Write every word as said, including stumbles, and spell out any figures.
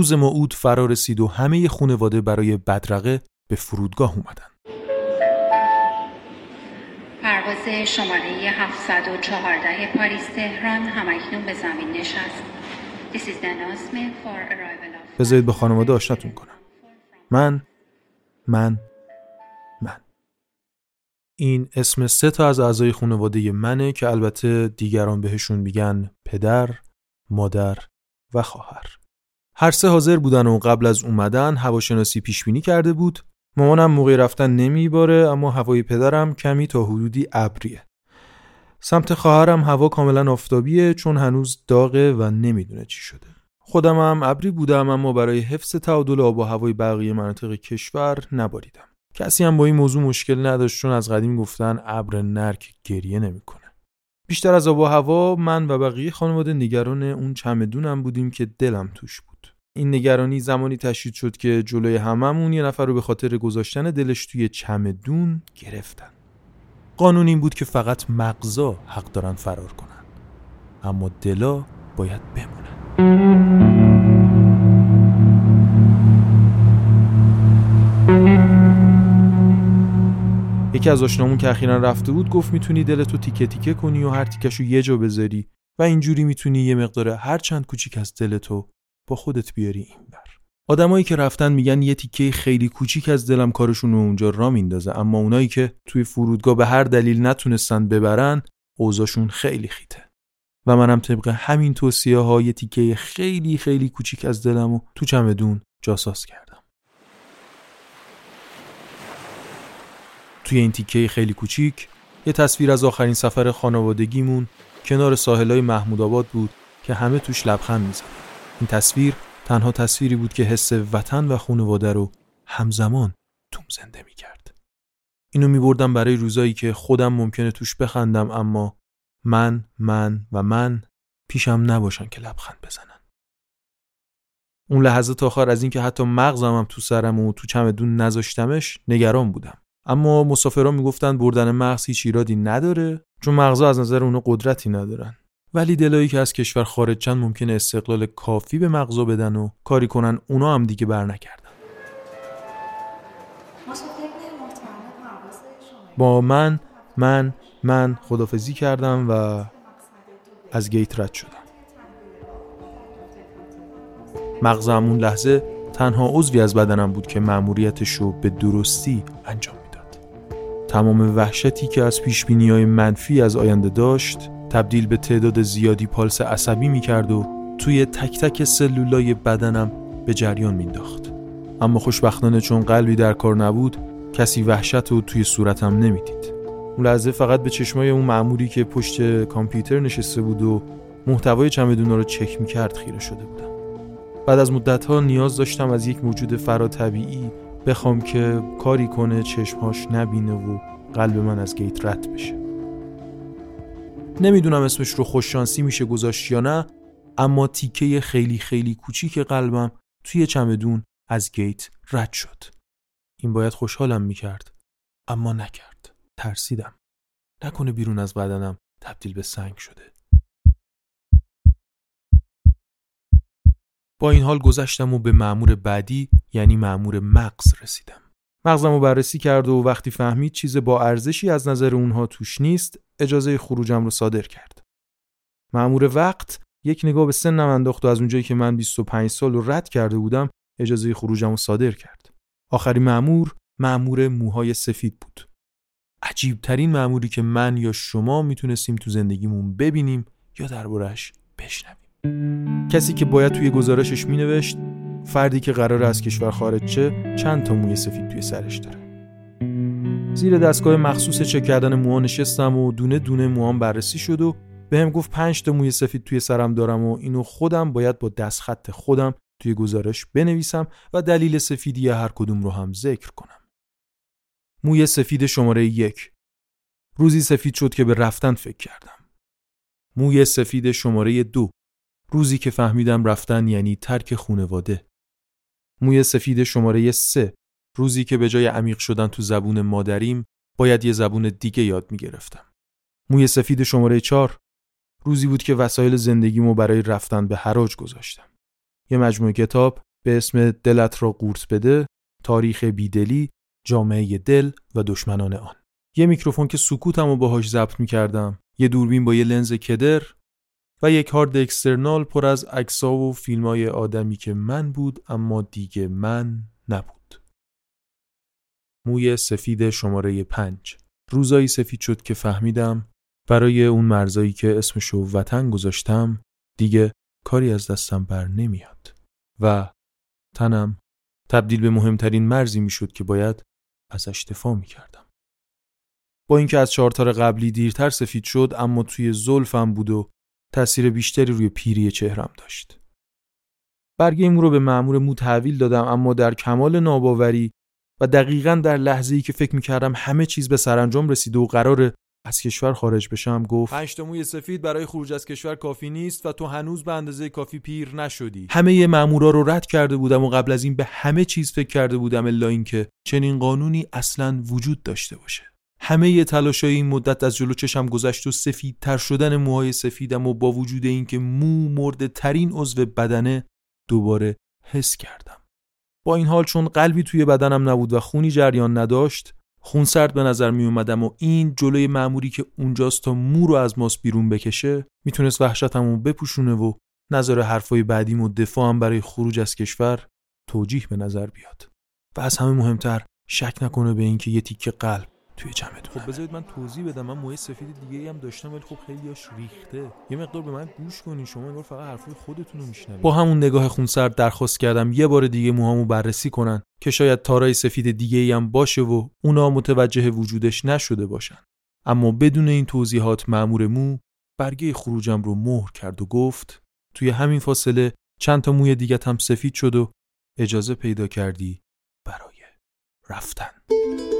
روز موعود فرا رسید و همه خانواده برای بدرقه به فرودگاه اومدن. پرواز شماره هفتصد و چهارده پاریس تهران همکنون به زمین نشست. This is the announcement for arrival of... بذارید به خانواده آشناتون کنم. من من من این اسم سه تا از اعضای خانواده منه که البته دیگران بهشون میگن پدر، مادر و خواهر. هر سه حاضر بودن و قبل از اومدن هواشناسی پیش بینی کرده بود. مامانم موقع رفتن نمیباره، اما هوای پدرم کمی تا حدودی ابریه. سمت خواهرم هوا کاملا آفتابیه چون هنوز داغه و نمیدونه چی شده. خودم هم ابری بودم، اما برای حفظ تعادل آب و هوای بقیه مناطق کشور نباریدم. کسی هم با این موضوع مشکل نداشت چون از قدیم گفتن ابر نر که گریه نمیکنه. بیشتر از آب و هوا من و بقیه خانواده نگران اون چمدونم بودیم که دلم توش بود. این نگرانی زمانی تشدید شد که جلوی هممون یه نفر رو به خاطر گذاشتن دلش توی چمدون گرفتن. قانون این بود که فقط مغزا حق دارن فرار کنن، اما دلا باید بمونن. یکی از آشنامون که اخیراً رفته بود گفت میتونی دلتو تیکه تیکه کنی و هر تیکشو یه جا بذاری و اینجوری میتونی یه مقدار هر چند کوچیک از دلتو با خودت بیاری اینور. آدمایی که رفتن میگن یه تیکه خیلی کوچیک از دلم کارشون رو اونجا را میندازه، اما اونایی که توی فرودگاه به هر دلیل نتونستن ببرن اوضاعشون خیلی خیته. و منم طبق همین توصیه ها یه تیکه خیلی خیلی کوچیک از دلمو تو چمدون جاساز کردم. توی این تیکه خیلی کوچیک یه تصویر از آخرین سفر خانوادگیمون کنار ساحلای محمود آباد بود که همه توش لبخند میزدن. این تصویر تنها تصویری بود که حس وطن و خانواده رو همزمان توم زنده میکرد. اینو میبردم برای روزایی که خودم ممکنه توش بخندم، اما من من و من پیشم نباشن که لبخند بزنن. اون لحظه تا آخر از این که حتی مغزم هم تو سرم و تو چمدون نذاشتمش نگران بودم. اما مسافران میگفتن بردن مغز هیچ ایرادی نداره چون مغزا از نظر اونا قدرتی ندارن. ولی دلایی که از کشور خارجن ممکنه استقلال کافی به مغزا بدن و کاری کنن اونا هم دیگه بر نکردن. با من من من خدافزی کردم و از گیت رد شدم. مغزم اون لحظه تنها عضوی از بدنم بود که مأموریتش رو به درستی انجام میداد. تمام وحشتی که از پیشبینی‌های منفی از آینده داشت تبدیل به تعداد زیادی پالس عصبی میکرد و توی تک تک سلولای بدنم به جریان مینداخت. اما خوشبختانه چون قلبی در کار نبود کسی وحشت رو توی صورتم نمیدید. اون لحظه فقط به چشمای اون مأموری که پشت کامپیوتر نشسته بود و محتوای چمدونا رو چک میکرد خیره شده بودم. بعد از مدت‌ها نیاز داشتم از یک موجود فراطبیعی بخوام که کاری کنه چشمهاش نبینه و قلب من از گیت رد بشه. نمیدونم اسمش رو خوششانسی میشه گذاشت یا نه، اما تیکه خیلی خیلی کوچیک قلبم توی چمدون از گیت رد شد. این باید خوشحالم میکرد، اما نکرد. ترسیدم نکنه بیرون از بدنم تبدیل به سنگ شده. با این حال گذشتم و به مأمور بعدی یعنی مأمور مغز رسیدم. مغزم رو بررسی کرد و وقتی فهمید چیز با ارزشی از نظر اونها توش نیست اجازه خروجم رو صادر کرد. مأمور وقت یک نگاه به سنم انداخت و از اونجایی که من بیست و پنج سال رو رد کرده بودم اجازه خروجم رو صادر کرد. آخرین مأمور مأمور موهای سفید بود. عجیب ترین مأموری که من یا شما میتونستیم تو زندگیمون ببینیم یا دربارش بشنویم. کسی که باید توی گزارشش مینوشت فردی که قراره از کشور خارج شه چند تا موی سفید توی سرش داره. زیر دستگاه مخصوص چک کردن موها نشستم و دونه دونه موهام بررسی شد و بهم گفت پنج تا موی سفید توی سرم دارم و اینو خودم باید با دستخط خودم توی گزارش بنویسم و دلیل سفیدی هر کدوم رو هم ذکر کنم. موی سفید شماره یک. روزی سفید شد که به رفتن فکر کردم. موی سفید شماره دو. روزی که فهمیدم رفتن یعنی ترک خانواده. موی سفید شماره سه. روزی که به جای عمیق شدن تو زبون مادریم باید یه زبون دیگه یاد میگرفتم. موی سفید شماره چهار. روزی بود که وسایل زندگیمو برای رفتن به حراج گذاشتم. یه مجموعه کتاب، به اسم دلت را قورت بده، تاریخ بیدلی، جامعه دل و دشمنان آن. یه میکروفون که سکوتمو باهاش ضبط می‌کردم، یه دوربین با یه لنز کدر و یک هارد اکسترنال پر از عکس‌ها و فیلم‌های آدمی که من بود اما دیگه من نبود. موی سفید شماره پنج. روزایی سفید شد که فهمیدم برای اون مرزایی که اسمشو وطن گذاشتم دیگه کاری از دستم بر نمیاد و تنم تبدیل به مهمترین مرزی میشد که باید ازش دفاع میکردم. با اینکه از چهارتار قبلی دیرتر سفید شد اما توی زلفم بود و تأثیر بیشتری روی پیری چهرم داشت. برگه مو رو به مأمور مو تحویل دادم اما در کمال ناباوری و دقیقاً در لحظه‌ای که فکر می‌کردم همه چیز به سرانجام رسیده و قراره از کشور خارج بشم گفت پنج تا موی سفید برای خروج از کشور کافی نیست و تو هنوز به اندازه کافی پیر نشدی. همه مأمورا رو رد کرده بودم و قبل از این به همه چیز فکر کرده بودم الا اینکه چنین قانونی اصلاً وجود داشته باشه. همه تلاشای این مدت از جلو چشم گذشت و سفیدتر شدن موهای سفیدم و با وجود اینکه مو مرده ترین عضو بدنه دوباره حس کردم. با این حال چون قلبی توی بدنم نبود و خونی جریان نداشت خون سرد به نظر می اومدم و این جلوی مأموری که اونجاست تا مو رو از ماست بیرون بکشه میتونست وحشتمو بپوشونه و نظر حرفای بعدیم و دفاعم برای خروج از کشور توجیه به نظر بیاد و از همه مهمتر شک نکنه به اینکه یه تیکه قلب توی جمعتون. خب بذارید من توضیح بدم. من موی سفید دیگه هم داشتم ولی خب خیلیاش ریخته. یه مقدار به من گوش کنین، شما انگار فقط حرفای خودتون رو میشنوید. با همون نگاه خونسرد درخواست کردم یه بار دیگه موهامو بررسی کنن که شاید تارای سفید دیگه‌ای هم باشه و اونا متوجه وجودش نشده باشن. اما بدون این توضیحات مأمور مو برگه خروجم رو مهر کرد و گفت توی همین فاصله چند تا موی دیگه هم سفید شد و اجازه پیدا کردی برای رفتن.